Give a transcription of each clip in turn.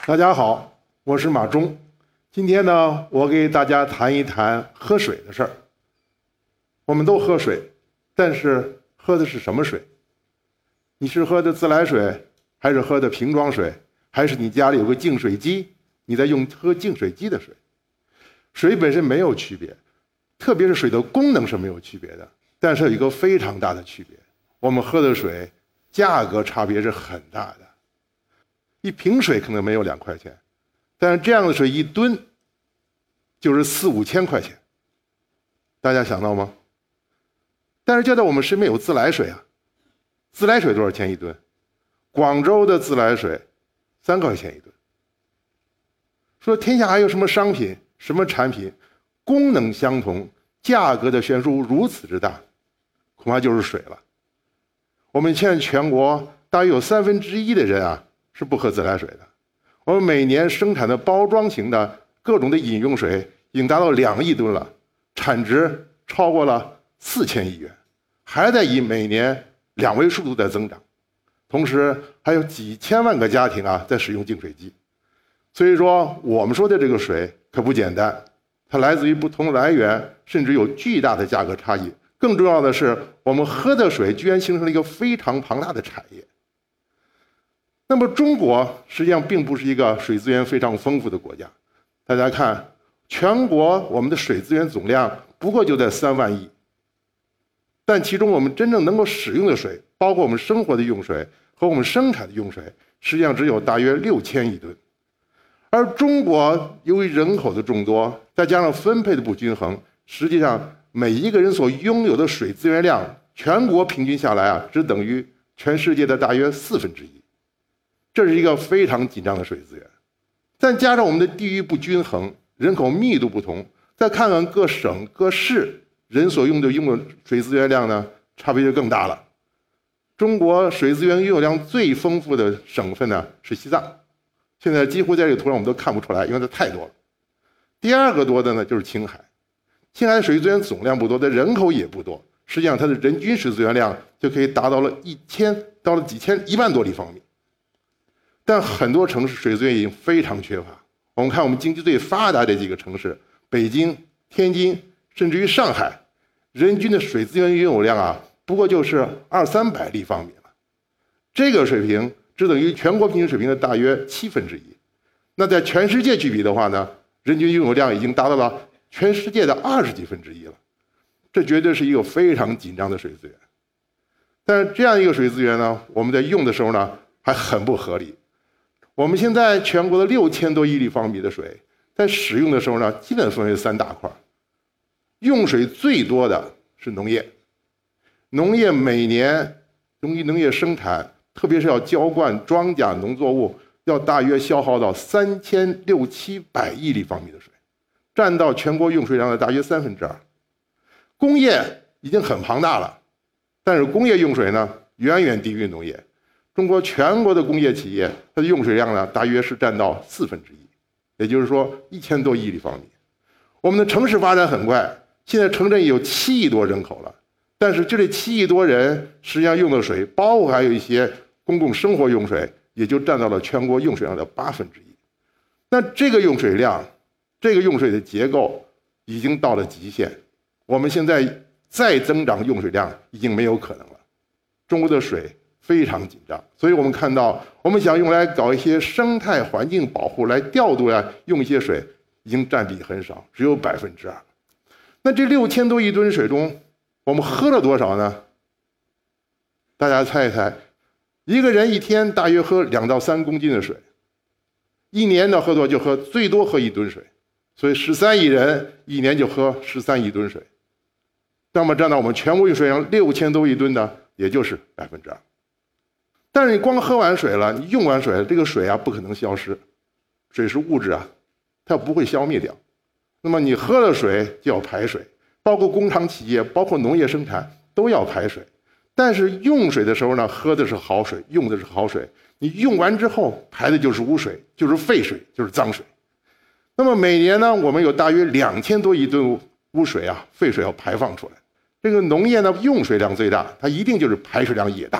大家好，我是马忠。今天呢，我给大家谈一谈喝水的事儿。我们都喝水，但是喝的是什么水？你是喝的自来水，还是喝的瓶装水，还是你家里有个净水机，你在喝净水机的水？水本身没有区别，特别是水的功能是没有区别的，但是有一个非常大的区别，我们喝的水价格差别是很大的。一瓶水可能没有2块钱，但是这样的水1吨就是4、5千块钱，大家想到吗？但是就在我们身边有自来水啊，自来水多少钱1吨？广州的自来水3块钱1吨。说天下还有什么商品、什么产品，功能相同，价格的悬殊如此之大，恐怕就是水了。我们现在全国大约有1/3的人啊是不喝自来水的。我们每年生产的包装型的各种的饮用水已经达到2亿吨了，产值超过了4000亿元，还在以每年2位数度在增长。同时还有几千万个家庭啊在使用净水机。所以说我们说的这个水可不简单，它来自于不同的来源，甚至有巨大的价格差异。更重要的是，我们喝的水居然形成了一个非常庞大的产业。那么中国实际上并不是一个水资源非常丰富的国家，大家看，全国我们的水资源总量不过就在3万亿，但其中我们真正能够使用的水，包括我们生活的用水和我们生产的用水，实际上只有大约6000亿吨。而中国由于人口的众多，再加上分配的不均衡，实际上每一个人所拥有的水资源量，全国平均下来啊，只等于全世界的大约1/4。这是一个非常紧张的水资源。再加上我们的地域不均衡，人口密度不同，再看看各省各市人所用的水资源量呢，差别就更大了。中国水资源拥有量最丰富的省份呢是西藏，现在几乎在这个图上我们都看不出来，因为它太多了。第2个多的呢就是青海，青海的水资源总量不多，但人口也不多，实际上它的人均水资源量就可以达到了1000到了几千1万多立方米。但很多城市水资源已经非常缺乏。我们看我们经济最发达的几个城市，北京、天津，甚至于上海，人均的水资源拥有量啊，不过就是200-300立方米了。这个水平只等于全国平均水平的大约1/7。那在全世界去比的话呢，人均拥有量已经达到了全世界的20几分之一了。这绝对是一个非常紧张的水资源。但是这样一个水资源呢，我们在用的时候呢，还很不合理。我们现在全国的6000多亿立方米的水，在使用的时候呢，基本分为3大块。用水最多的是农业，农业每年农业生产，特别是要浇灌庄稼农作物，要大约消耗到3600-700亿立方米的水，占到全国用水量的大约2/3。工业已经很庞大了，但是工业用水呢，远远低于农业。中国全国的工业企业，它的用水量呢，大约是占到1/4，也就是说1000多亿立方米。我们的城市发展很快，现在城镇有7亿多人口了，但是就这7亿多人实际上用的水，包括还有一些公共生活用水，也就占到了全国用水量的1/8。那这个用水量，这个用水的结构已经到了极限，我们现在再增长用水量已经没有可能了。中国的水非常紧张，所以我们看到，我们想用来搞一些生态环境保护，来调度用一些水，已经占比很少，只有2%。那这6000多亿吨水中，我们喝了多少呢？大家猜一猜，一个人一天大约喝2到3公斤的水，一年的喝多就最多喝1吨水，所以13亿人一年就喝13亿吨水。那么占到我们全国用水量6000多亿吨呢，也就是2%。但是你光喝完水了，你用完水了，这个水啊不可能消失，水是物质啊，它不会消灭掉。那么你喝了水就要排水，包括工厂企业，包括农业生产都要排水。但是用水的时候呢，喝的是好水，用的是好水，你用完之后排的就是污水，就是废水，就是脏水。那么每年呢，我们有大约2000多亿吨污水啊、废水要排放出来。这个农业呢，用水量最大，它一定就是排水量也大。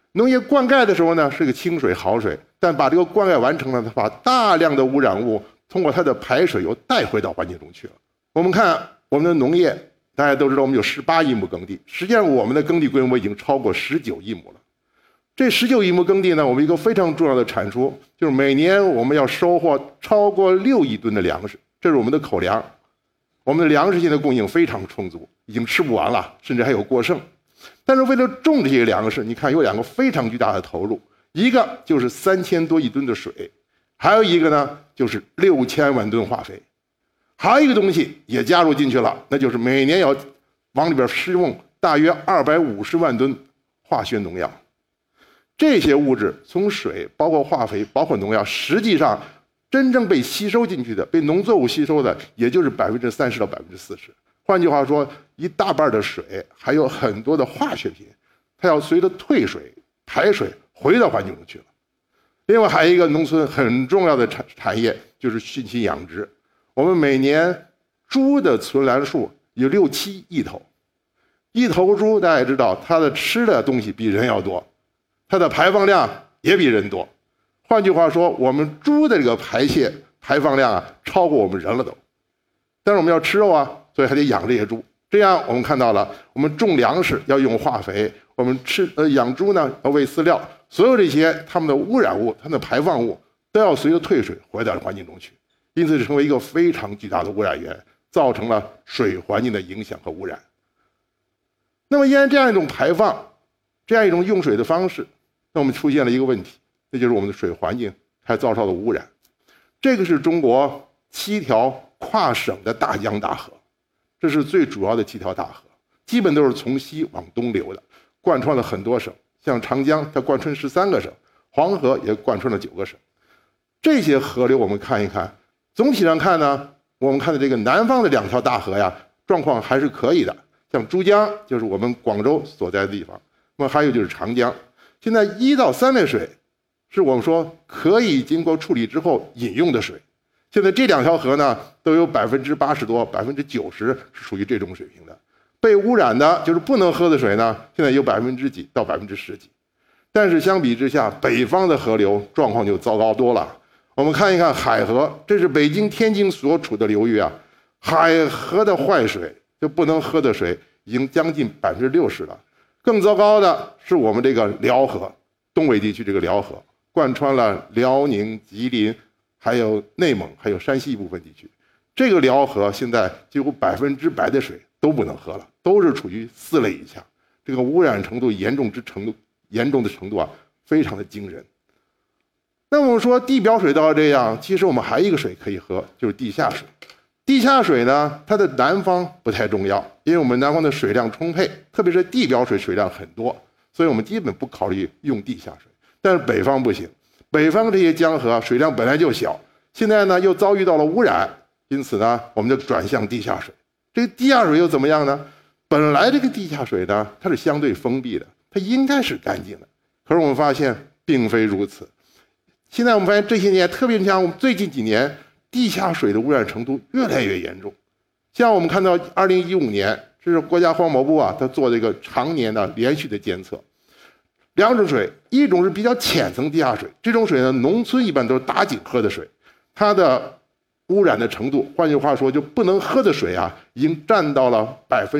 农业灌溉的时候呢是个清水好水，但把这个灌溉完成了，它把大量的污染物通过它的排水又带回到环境中去了。我们看我们的农业，大家都知道我们有18亿亩耕地，实际上我们的耕地规模已经超过19亿亩了。这19亿亩耕地呢，我们一个非常重要的产出就是每年我们要收获超过6亿吨的粮食，这是我们的口粮。我们的粮食现在供应非常充足，已经吃不完了，甚至还有过剩。但是为了种这些粮食，你看有2个非常巨大的投入，一个就是3000多亿吨的水，还有一个呢就是6000万吨化肥，还有一个东西也加入进去了，那就是每年要往里边施用大约250万吨化学农药。这些物质从水包括化肥包括农药，实际上真正被吸收进去的，被农作物吸收的也就是30%到40%。换句话说，一大半的水还有很多的化学品，它要随着退水排水回到环境中去了。另外还有一个农村很重要的产业就是畜禽养殖。我们每年猪的存栏数有6、7亿头，一头猪大家也知道它的吃的东西比人要多，它的排放量也比人多。换句话说，我们猪的这个排放量超过我们人了都。但是我们要吃肉啊，所以还得养这些猪。这样我们看到了，我们种粮食要用化肥，我们养猪呢要喂饲料，所有这些它们的污染物、它们的排放物都要随着退水回到环境中去，因此成为一个非常巨大的污染源，造成了水环境的影响和污染。那么因为这样一种排放，这样一种用水的方式，那我们出现了一个问题，那就是我们的水环境还遭受了污染。这个是中国7条跨省的大江大河，这是最主要的7条大河，基本都是从西往东流的，贯穿了很多省。像长江，它贯穿13个省，黄河也贯穿了9个省。这些河流我们看一看，总体上看呢，我们看的这个南方的2条大河呀，状况还是可以的。像珠江就是我们广州所在的地方，那么还有就是长江。现在1到3类水是我们说可以经过处理之后饮用的水。现在这2条河呢，都有80%多、90%是属于这种水平的。被污染的，就是不能喝的水呢，现在有几到10%几。但是相比之下，北方的河流状况就糟糕多了。我们看一看海河，这是北京、天津所处的流域啊，海河的坏水，就不能喝的水已经将近60%了。更糟糕的是我们这个辽河，东北地区这个辽河，贯穿了辽宁、吉林。还有内蒙，还有山西一部分地区，这个辽河现在几乎100%的水都不能喝了，都是处于4类以下，这个污染程度严重的程度啊，非常的惊人。那我们说地表水到这样，其实我们还有一个水可以喝，就是地下水。地下水呢，它的南方不太重要，因为我们南方的水量充沛，特别是地表水量很多，所以我们基本不考虑用地下水。但是北方不行。北方这些江河水量本来就小，现在呢又遭遇到了污染，因此呢我们就转向地下水。这个地下水又怎么样呢？本来这个地下水呢它是相对封闭的，它应该是干净的，可是我们发现并非如此。现在我们发现这些年，特别像我们最近几年，地下水的污染程度越来越严重。像我们看到2015年，这是国家环保部它做这个常年的连续的监测。2种水，一种是比较浅层地下水，这种水呢，农村一般都是打井喝的水，它的污染的程度，换句话说，就不能喝的水已经占到了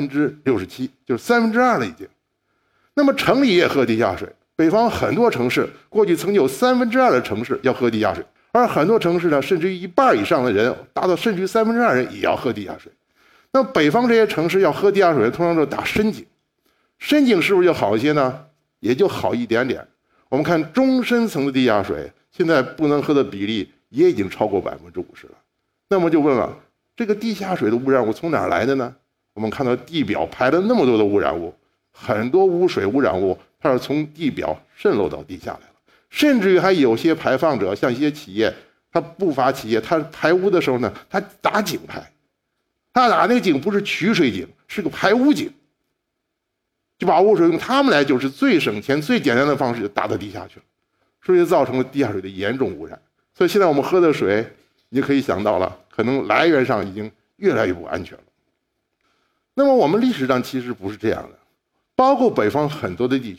67%，就是2/3了已经。那么城里也喝地下水，北方很多城市过去曾有2/3的城市要喝地下水，而很多城市呢，甚至于1半以上的人，达到甚至于2/3人也要喝地下水。那么北方这些城市要喝地下水，通常都打深井，深井是不是就好一些呢？也就好一点点。我们看中深层的地下水，现在不能喝的比例也已经超过50%了。那么就问了，这个地下水的污染物从哪儿来的呢？我们看到地表排了那么多的污染物，很多污水污染物它是从地表渗漏到地下来了，甚至于还有些排放者，像一些企业，它不法企业，它排污的时候呢，它打井排，它打那个井不是取水井，是个排污井。就把污水用他们来就是最省钱、最简单的方式就打到地下去了，所以造成了地下水的严重污染。所以现在我们喝的水，你就可以想到了，可能来源上已经越来越不安全了。那么我们历史上其实不是这样的，包括北方很多的地区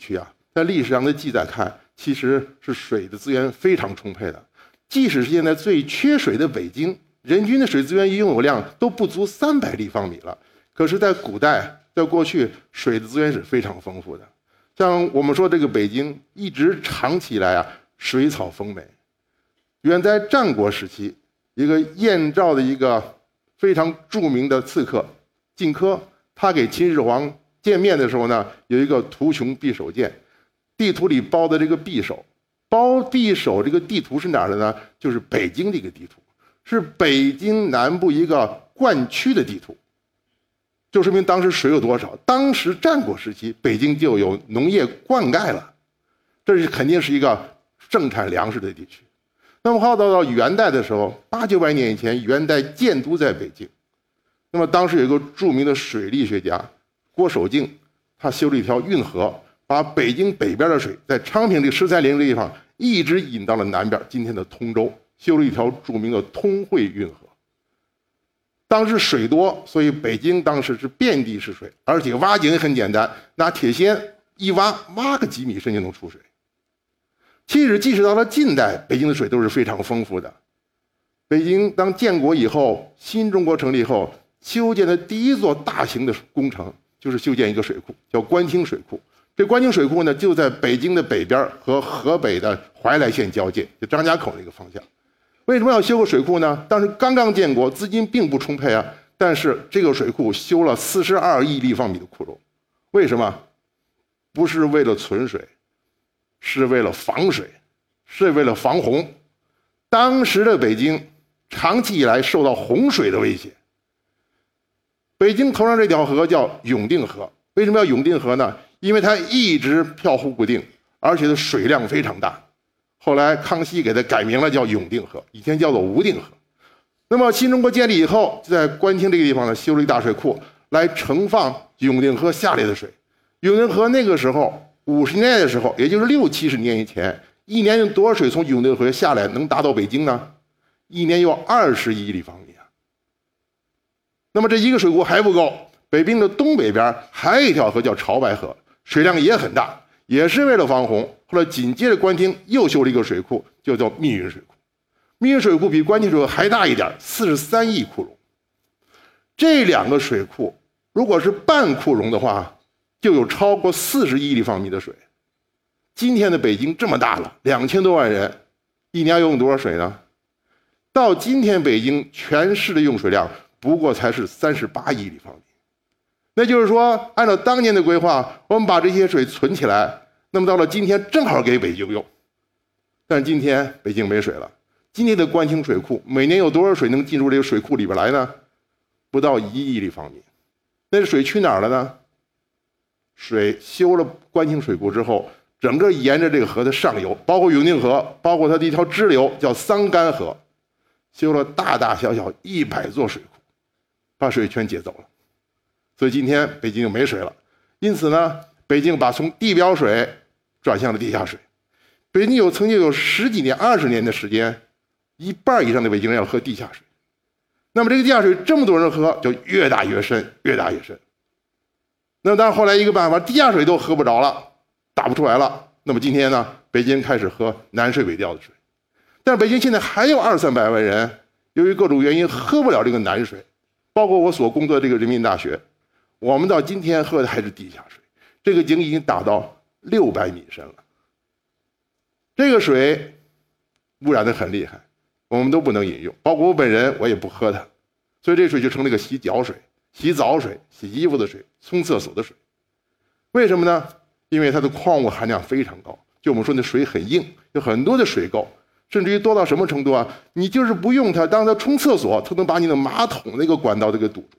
在历史上的记载看，其实是水的资源非常充沛的。即使是现在最缺水的北京，人均的水资源拥有量都不足300立方米了。可是，在古代，在过去，水的资源是非常丰富的。像我们说这个北京，一直长期以来啊，水草丰美。远在战国时期，一个燕赵的一个非常著名的刺客荆轲，他给秦始皇见面的时候呢，有一个图穷匕首见，地图里包的这个匕首，包匕首这个地图是哪儿的呢？就是北京的一个地图，是北京南部一个灌区的地图，就说明当时水有多少。当时战国时期，北京就有农业灌溉了，这是肯定是一个盛产粮食的地区。那么到元代的时候，800-900年以前，元代建都在北京。那么当时有一个著名的水利学家郭守敬，他修了一条运河，把北京北边的水在昌平这个十三陵这地方一直引到了南边今天的通州，修了一条著名的通惠运河。当时水多，所以北京当时是遍地是水，而且挖井也很简单，拿铁锨一挖个几米深就能出水。其实即使到了近代，北京的水都是非常丰富的。北京当建国以后，新中国成立后，修建的第一座大型的工程就是修建一个水库，叫官厅水库。这官厅水库呢，就在北京的北边和河北的怀来县交界，就张家口那个方向。为什么要修个水库呢？当时刚刚建国，资金并不充沛啊。但是这个水库修了42亿立方米的库容，为什么？不是为了存水，是为了防水，是为了防洪。当时的北京长期以来受到洪水的威胁。北京头上这条河叫永定河，为什么要永定河呢？因为它一直漂湖不定，而且的水量非常大。后来康熙给它改名了，叫永定河，以前叫做无定河。那么新中国建立以后，就在官厅这个地方呢，修了一大水库，来盛放永定河下来的水。永定河那个时候50年代的时候，也就是60-70年以前，一年有多少水从永定河下来能达到北京呢？一年有20亿立方米啊。那么这一个水库还不够，北京的东北边还有一条河叫潮白河，水量也很大，也是为了防洪。后来紧接着官厅又修了一个水库，就叫密云水库。密云水库比官厅水库还大一点，43亿库容。这两个水库如果是半库容的话，就有超过40亿立方米的水。今天的北京这么大了，2000多万人，一年要用多少水呢？到今天北京全市的用水量不过才是38亿立方米。那就是说，按照当年的规划，我们把这些水存起来，那么到了今天正好给北京用。但是今天北京没水了。今天的官厅水库每年有多少水能进入这个水库里边来呢？不到1亿立方米。那这水去哪儿了呢？水修了官厅水库之后，整个沿着这个河的上游，包括永定河，包括它的一条支流叫桑干河，修了大大小小100座水库，把水全接走了。所以今天北京就没水了。因此呢，北京把从地表水转向了地下水。北京曾经有10几年、20年的时间，一半以上的北京人要喝地下水。那么这个地下水这么多人喝，就越打越深，越打越深。那么当然后来一个办法，地下水都喝不着了，打不出来了。那么今天呢，北京开始喝南水北调的水。但是北京现在还有200-300万人，由于各种原因喝不了这个南水，包括我所工作的这个人民大学，我们到今天喝的还是地下水。这个井已经打到600米深了。这个水污染的很厉害，我们都不能饮用，包括我本人我也不喝它。所以这水就成了一个洗脚水、洗澡水、洗衣服的水、冲厕所的水。为什么呢？因为它的矿物含量非常高，就我们说那水很硬，有很多的水垢，甚至于多到什么程度啊？你就是不用它，当它冲厕所，它能把你的马桶那个管道都给堵住。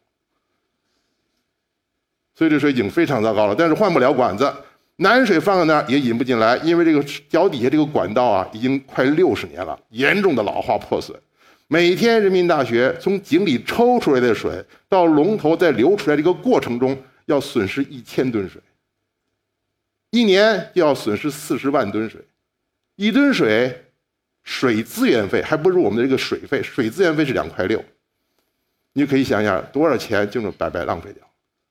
所以这水井非常糟糕了，但是换不了管子，南水放在那儿也引不进来，因为这个脚底下这个管道啊，已经快60年了，严重的老化破损。每天人民大学从井里抽出来的水到龙头再流出来这个过程中，要损失1000吨水，一年就要损失40万吨水。1吨水，水资源费还不如我们的这个水费，水资源费是2.6块，你就可以想想多少钱就能白白浪费掉。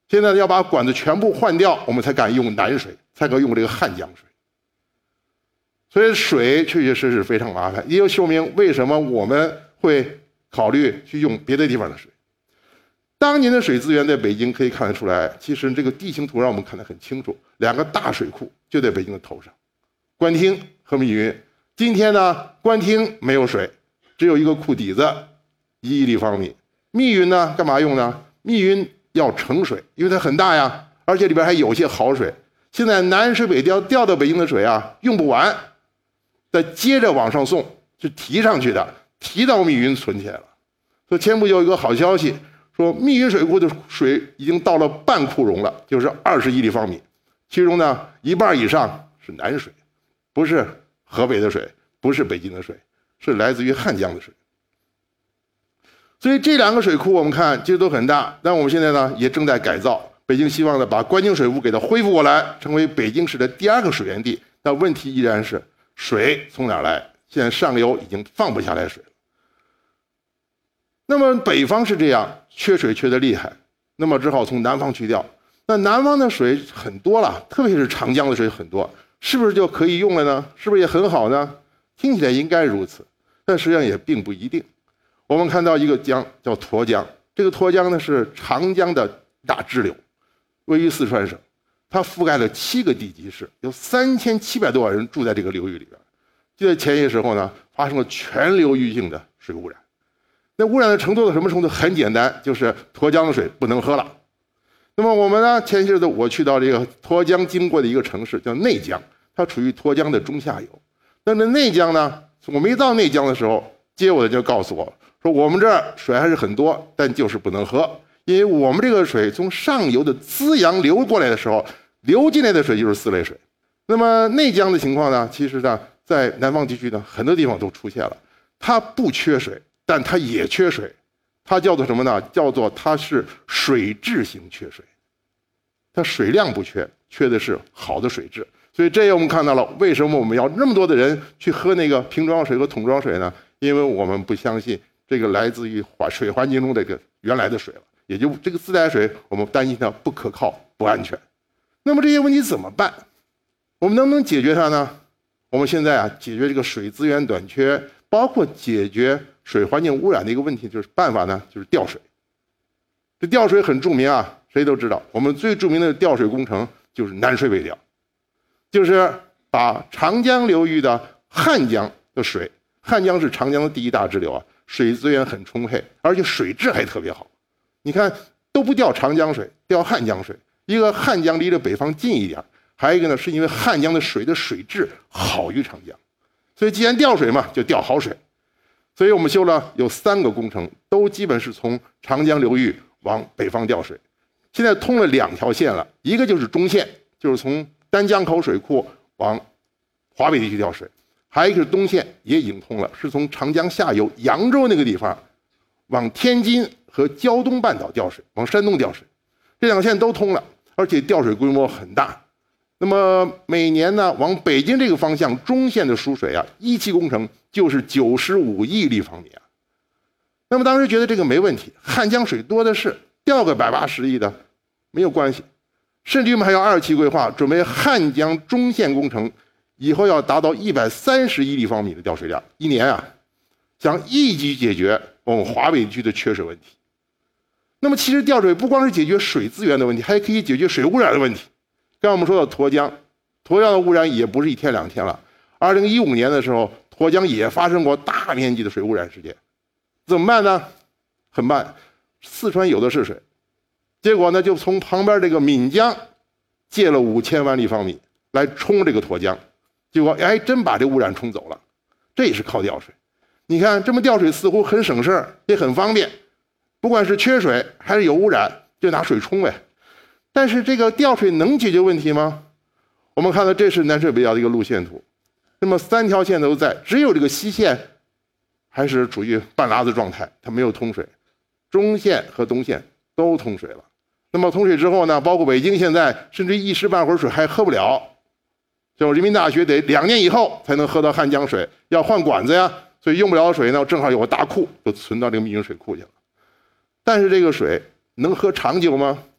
现在要把管子全部换掉，我们才敢用南水，才敢用这个汉江水。所以水确确实实非常麻烦，也就说明为什么我们会考虑去用别的地方的水。当年的水资源在北京可以看得出来，其实这个地形图让我们看得很清楚，两个大水库就在北京的头上，官厅和密云。今天呢，官厅没有水，只有一个库底子1亿立方米。密云呢，干嘛用呢？密云要盛水，因为它很大呀，而且里边还有些好水。现在南水北调到北京的水啊，用不完，再接着往上送，是提上去的，提到密云存起来了。所以前不久有一个好消息，说密云水库的水已经到了半库容了，就是20亿立方米，其中呢1半以上是南水，不是河北的水，不是北京的水，是来自于汉江的水。所以这两个水库我们看其实都很大，但我们现在呢也正在改造。北京希望呢把官厅水库给它恢复过来，成为北京市的第2个水源地。但问题依然是水从哪儿来？现在上游已经放不下来水了。那么北方是这样，缺水缺得厉害，那么只好从南方去调。那南方的水很多了，特别是长江的水很多，是不是就可以用了呢？是不是也很好呢？听起来应该如此，但实际上也并不一定。我们看到一个江叫沱江，这个沱江呢是长江的大支流，位于四川省，它覆盖了7个地级市，有3700多万人住在这个流域里边。就在前些时候呢，发生了全流域性的水污染。那污染的程度到什么程度？很简单，就是沱江的水不能喝了。那么我们呢，前些日子我去到这个沱江经过的一个城市叫内江，它处于沱江的中下游。那么内江呢，我没到内江的时候，接我的就告诉我说，我们这儿水还是很多，但就是不能喝，因为我们这个水从上游的资阳流过来的时候，流进来的水就是4类水。那么内江的情况呢，其实呢，在南方地区呢，很多地方都出现了，它不缺水，但它也缺水，它叫做什么呢？叫做它是水质型缺水，它水量不缺，缺的是好的水质。所以这也我们看到了，为什么我们要那么多的人去喝那个瓶装水和桶装水呢？因为我们不相信这个来自于水环境中这个原来的水了，也就这个自来水，我们担心它不可靠、不安全。那么这些问题怎么办？我们能不能解决它呢？我们现在啊，解决这个水资源短缺，包括解决水环境污染的一个问题，就是办法呢，就是调水。这调水很著名啊，谁都知道。我们最著名的调水工程就是南水北调，就是把长江流域的汉江的水，汉江是长江的第1大支流啊，水资源很充沛，而且水质还特别好。你看，都不调长江水，调汉江水。一个汉江离着北方近一点，还有一个呢，是因为汉江的水的水质好于长江，所以既然调水嘛，就调好水。所以我们修了有3个工程，都基本是从长江流域往北方调水。现在通了2条线了，一个就是中线，就是从丹江口水库往华北地区调水，还有一个是东线，也已经通了，是从长江下游扬州那个地方往天津和胶东半岛调水，往山东调水。这2个线都通了，而且调水规模很大。那么每年呢，往北京这个方向中线的输水啊，1期工程就是95亿立方米啊。那么当时觉得这个没问题，汉江水多的是，调个180亿的没有关系。甚至于我们还要2期规划，准备汉江中线工程，以后要达到130亿立方米的调水量，1年啊，想一举解决我们华北地区的缺水问题。那么其实调水不光是解决水资源的问题，还可以解决水污染的问题。刚才我们说到沱江的污染也不是1天2天了。2015年的时候，沱江也发生过大面积的水污染事件。怎么办呢？很办，四川有的是水，结果呢就从旁边这个岷江借了5000万立方米来冲这个沱江，结果哎真把这污染冲走了。这也是靠调水。你看这么调水似乎很省事儿，也很方便。不管是缺水还是有污染，就拿水冲呗。但是这个调水能解决问题吗？我们看到这是南水北调的一个路线图，那么3条线都在，只有这个西线还是处于半拉子状态，它没有通水。中线和东线都通水了。那么通水之后呢，包括北京现在甚至一时半会儿水还喝不了，就人民大学得2年以后才能喝到汉江水，要换管子呀，所以用不了水呢，正好有个大库就存到这个密云水库去了。但是这个水能喝长久吗？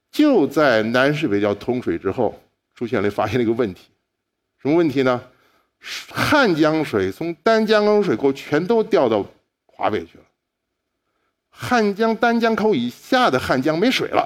就在南水北调通水之后，发现了一个问题，什么问题呢？汉江水从丹江口水沟全都调到华北去了，丹江口以下的汉江没水了，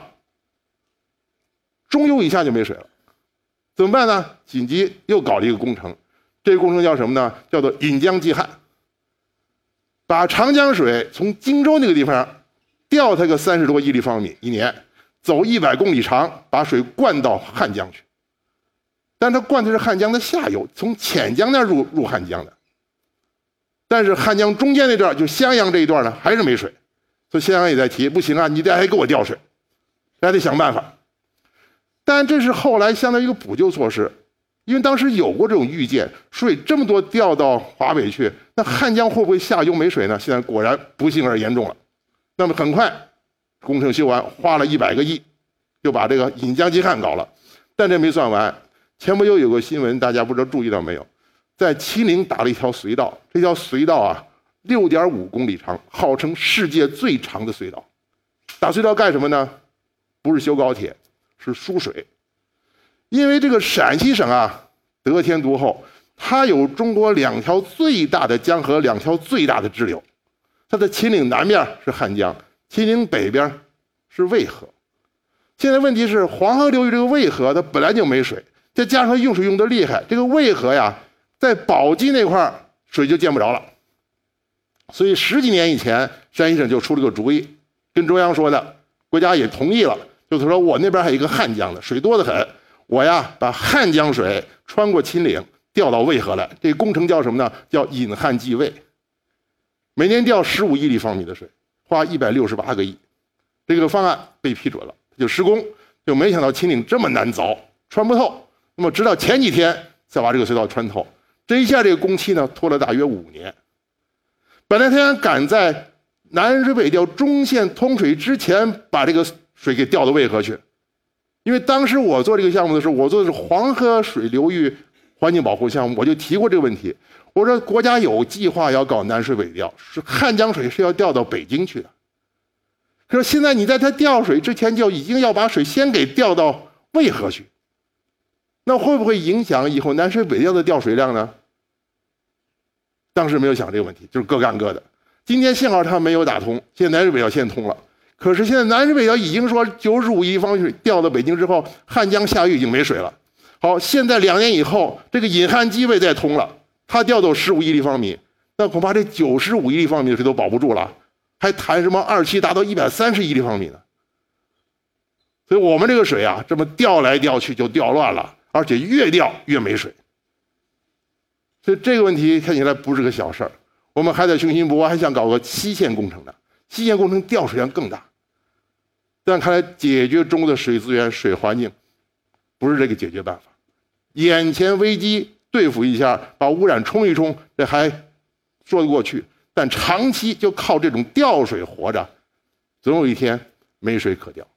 中游以下就没水了，怎么办呢？紧急又搞了一个工程，这个工程叫什么呢？叫做引江济汉，把长江水从荆州那个地方调它个30多亿立方米一年，走100公里长，把水灌到汉江去。但它灌的是汉江的下游，从潜江那入汉江的。但是汉江中间那段，就襄阳这一段呢，还是没水。所以襄阳也在提，不行啊，你得还给我调水，大家得想办法。但这是后来相当于一个补救措施，因为当时有过这种预见，水这么多调到华北去，那汉江会不会下游没水呢？现在果然不幸而严重了。那么很快工程修完，花了100个亿，就把这个引江济汉搞了。但这没算完，前不久有个新闻，大家不知道注意到没有，在秦岭打了一条隧道，这条隧道啊6.5公里长，号称世界最长的隧道。打隧道干什么呢？不是修高铁，是输水。因为这个陕西省啊得天独厚，它有中国2条最大的江河，2条最大的支流。它的秦岭南边是汉江，秦岭北边是渭河。现在问题是黄河流域这个渭河它本来就没水，再加上用水用的厉害，这个渭河呀在宝鸡那块水就见不着了。所以10几年以前，山西省就出了个主意，跟中央说的，国家也同意了，就是说我那边还有一个汉江的，水多得很，我呀把汉江水穿过秦岭调到渭河来。这个工程叫什么呢？叫引汉济渭，每年调15亿立方米的水，花168个亿。这个方案被批准了，就施工，就没想到秦岭这么难凿，穿不透。那么直到前几天才把这个隧道穿透，这一下这个工期呢拖了大约5年。本来他想赶在南水北调中线通水之前把这个水给调到渭河去，因为当时我做这个项目的时候，我做的是黄河水流域环境保护项目，我就提过这个问题。我说国家有计划要搞南水北调，是汉江水是要调到北京去的。可是现在你在它调水之前就已经要把水先给调到渭河去，那会不会影响以后南水北调的调水量呢？当时没有想这个问题，就是各干各的。今天幸好它没有打通，现在南水北调先通了。可是现在南水北调已经说95亿立方米水调到北京之后，汉江下游已经没水了。好，现在2年以后，这个引汉济渭再通了，它调到15亿立方米，那恐怕这95亿立方米的水都保不住了，还谈什么2期达到130亿立方米呢？所以我们这个水啊，这么调来调去就调乱了，而且越调越没水。所以这个问题看起来不是个小事儿，我们还在雄心勃勃，还想搞个西线工程的，西线工程调水量更大。但看来解决中国的水资源、水环境不是这个解决办法。眼前危机对付一下，把污染冲一冲，这还说得过去。但长期就靠这种调水活着，总有一天没水可调。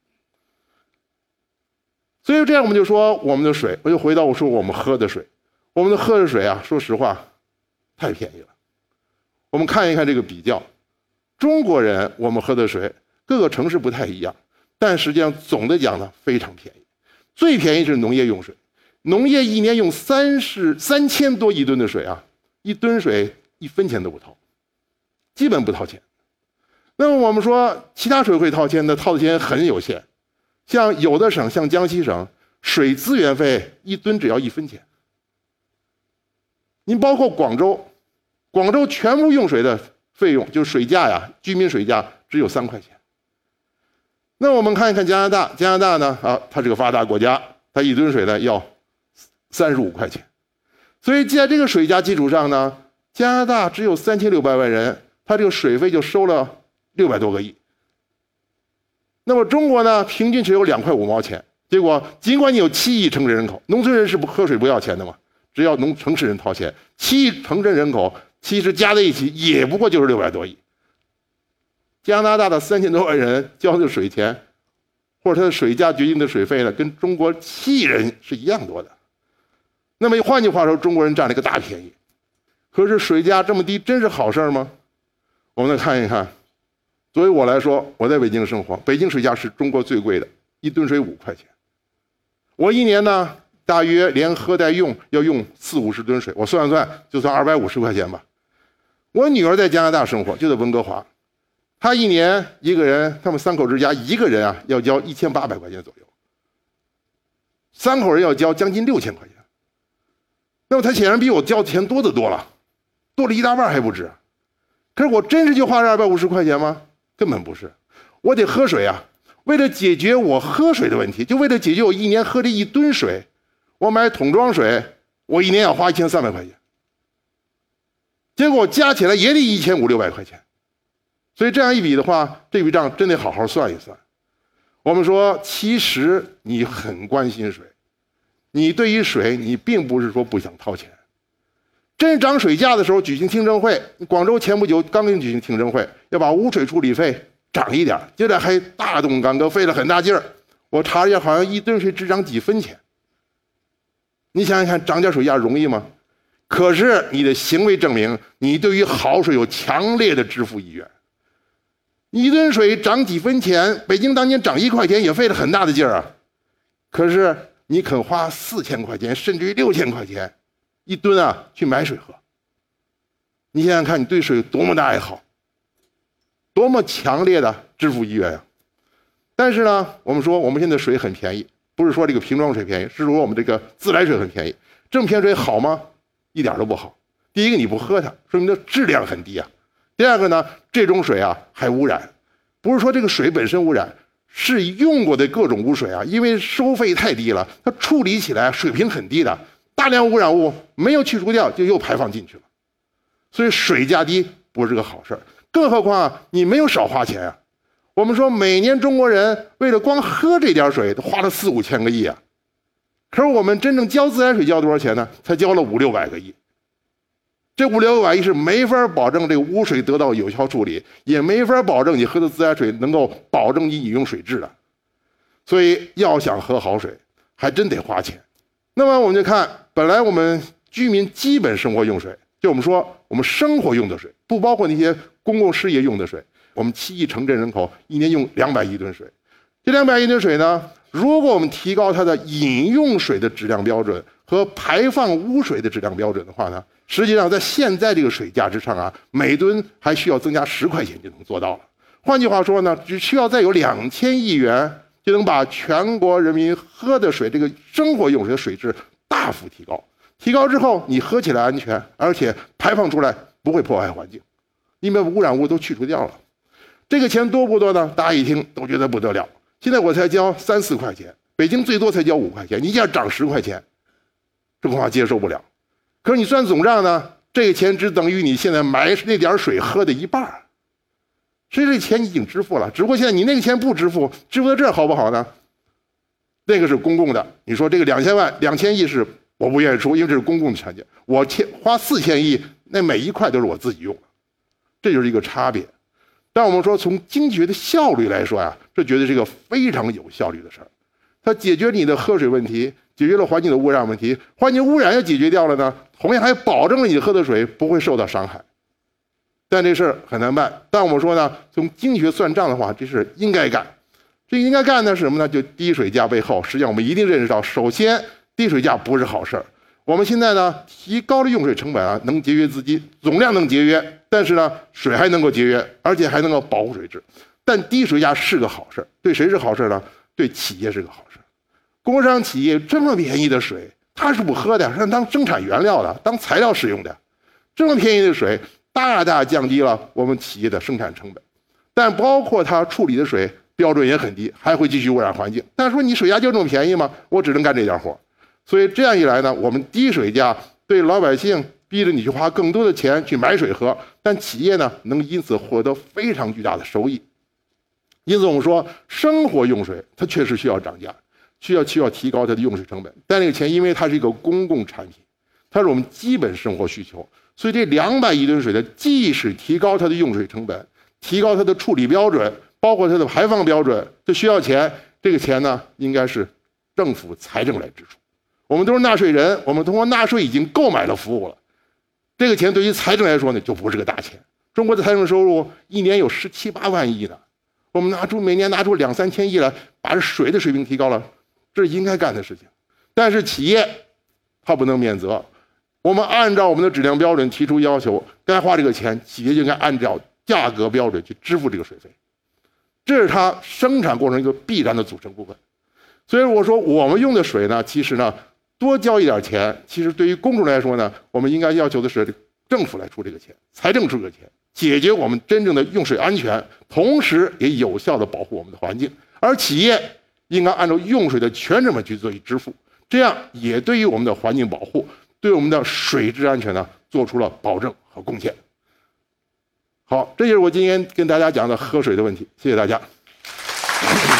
所以这样我们就说我们的水，我就回到我说我们喝的水，我们的喝的水啊，说实话太便宜了。我们看一看这个比较，中国人我们喝的水各个城市不太一样，但实际上总的讲呢非常便宜。最便宜是农业用水，农业一年用3000多亿吨的水啊，1吨水1分钱都不掏，基本不掏钱。那么我们说其他水会掏钱的，掏的钱很有限。像有的省，像江西省，水资源费1吨只要1分钱。您包括广州，广州全部用水的费用就是水价呀，居民水价只有3块钱。那我们看一看加拿大，加拿大呢它是个发达国家，它1吨水呢要35块钱。所以在这个水价基础上呢，加拿大只有3600万人，它这个水费就收了600多个亿。那么中国呢，平均只有2块5毛钱。结果尽管你有7亿城镇人口，农村人是喝水不要钱的嘛，只要城市人掏钱，7亿城镇人口其实加在一起也不过就是600多亿。加拿大的3000多万人交的水钱，或者它的水价决定的水费呢，跟中国7亿人是一样多的。那么换句话说，中国人占了一个大便宜。可是水价这么低，真是好事吗？我们再看一看。作为我来说，我在北京生活，北京水价是中国最贵的，1 1吨水5块钱。我一年呢，大约连喝带用要用40-50吨水，我算算就算250块钱吧。我女儿在加拿大生活，就在温哥华，她一年一个人，他们3口之家一个人啊要交1800块钱左右，3口人要交将近6000块钱。那么她显然比我交的钱多得多了，多了1大半还不止。可是我真是就花这250块钱吗？根本不是，我得喝水啊。为了解决我喝水的问题，就为了解决我一年喝这1吨水，我买桶装水，我一年要花1300块钱，结果加起来也得1500-600块钱。所以这样一比的话，这笔账真得好好算一算。我们说，其实你很关心水，你对于水你并不是说不想掏钱。真涨水价的时候举行听证会，广州前不久刚刚举行听证会，要把污水处理费涨一点，接着还大动干戈，费了很大劲儿。我查了一下，好像1吨水只涨几分钱。你想想看，涨点水价容易吗？可是你的行为证明你对于好水有强烈的支付意愿。1吨水涨几分钱，北京当年涨1块钱也费了很大的劲儿啊。可是你肯花4000块钱，甚至于6000块钱1吨啊去买水喝。你想想看，你对水有多么的爱好，多么强烈的支付意愿啊！但是呢，我们说我们现在水很便宜，不是说这个瓶装水便宜，是说我们这个自来水很便宜。这么便宜水好吗？一点都不好。第一个，你不喝它，说明它质量很低啊。第二个呢，这种水啊还污染，不是说这个水本身污染，是用过的各种污水啊，因为收费太低了，它处理起来水平很低的，大量污染物没有去除掉，就又排放进去了。所以水价低不是个好事儿。更何况啊，你没有少花钱啊。我们说每年中国人为了光喝这点水都花了4-5千个亿啊，可是我们真正交自来水交多少钱呢？才交了500-600个亿。这500-600亿是没法保证这个污水得到有效处理，也没法保证你喝的自来水能够保证你饮用水质的。所以要想喝好水，还真得花钱。那么我们就看，本来我们居民基本生活用水，就我们说我们生活用的水，不包括那些公共事业用的水。我们7亿城镇人口一年用200亿吨水，这200亿吨水呢，如果我们提高它的饮用水的质量标准和排放污水的质量标准的话呢，实际上在现在这个水价之上啊，每吨还需要增加10块钱就能做到了。换句话说呢，只需要再有2000亿元，就能把全国人民喝的水这个生活用水的水质大幅提高。提高之后，你喝起来安全，而且排放出来不会破坏环境，因为污染物都去除掉了。这个钱多不多呢？大家一听都觉得不得了。现在我才交3-4块钱，北京最多才交5块钱，你一下涨10块钱，这恐怕接受不了。可是你算总账呢，这个钱只等于你现在买那点水喝的1半。所以这钱已经支付了，只不过现在你那个钱不支付，支付到这儿好不好呢？那个是公共的，你说这个2000万、2000亿是我不愿意出，因为这是公共的产业。我花4000亿，那每一块都是我自己用的，这就是一个差别。但我们说从经济学的效率来说呀，这绝对是一个非常有效率的事儿。它解决你的喝水问题，解决了环境的污染问题，环境污染要解决掉了呢，同样还保证了你喝的水不会受到伤害。但这事儿很难办。但我们说呢，从经济学算账的话，这事应该干。这应该干的是什么呢？就低水价背后，实际上我们一定认识到，首先低水价不是好事儿。我们现在呢，提高了用水成本啊，能节约资金，总量能节约，但是呢，水还能够节约，而且还能够保护水质。但低水价是个好事儿，对谁是好事呢？对企业是个好事儿。工商企业这么便宜的水，它是不喝的，是当生产原料的，当材料使用的。这么便宜的水，大大降低了我们企业的生产成本。但包括它处理的水标准也很低，还会继续污染环境。但是说你水价就这么便宜吗？我只能干这点活。所以这样一来呢，我们低水价对老百姓逼着你去花更多的钱去买水喝，但企业呢能因此获得非常巨大的收益。因此我们说，生活用水它确实需要涨价，需要提高它的用水成本。但这个钱因为它是一个公共产品，它是我们基本生活需求，所以这200亿吨水的，即使提高它的用水成本，提高它的处理标准，包括它的排放标准，这需要钱。这个钱呢，应该是政府财政来支出。我们都是纳税人，我们通过纳税已经购买了服务了。这个钱对于财政来说呢，就不是个大钱。中国的财政收入一年有17-18万亿呢。 我们每年拿出2、3千亿来，把水的水平提高了，这是应该干的事情。但是企业它不能免责，我们按照我们的质量标准提出要求，该花这个钱，企业就应该按照价格标准去支付这个水费，这是它生产过程一个必然的组成部分。所以我说，我们用的水呢，其实呢，多交一点钱，其实对于公众来说呢，我们应该要求的是政府来出这个钱，财政出这个钱，解决我们真正的用水安全，同时也有效的保护我们的环境。而企业应该按照用水的全成本去做支付，这样也对于我们的环境保护，对我们的水质安全呢，做出了保证和贡献。好，这就是我今天跟大家讲的喝水的问题，谢谢大家。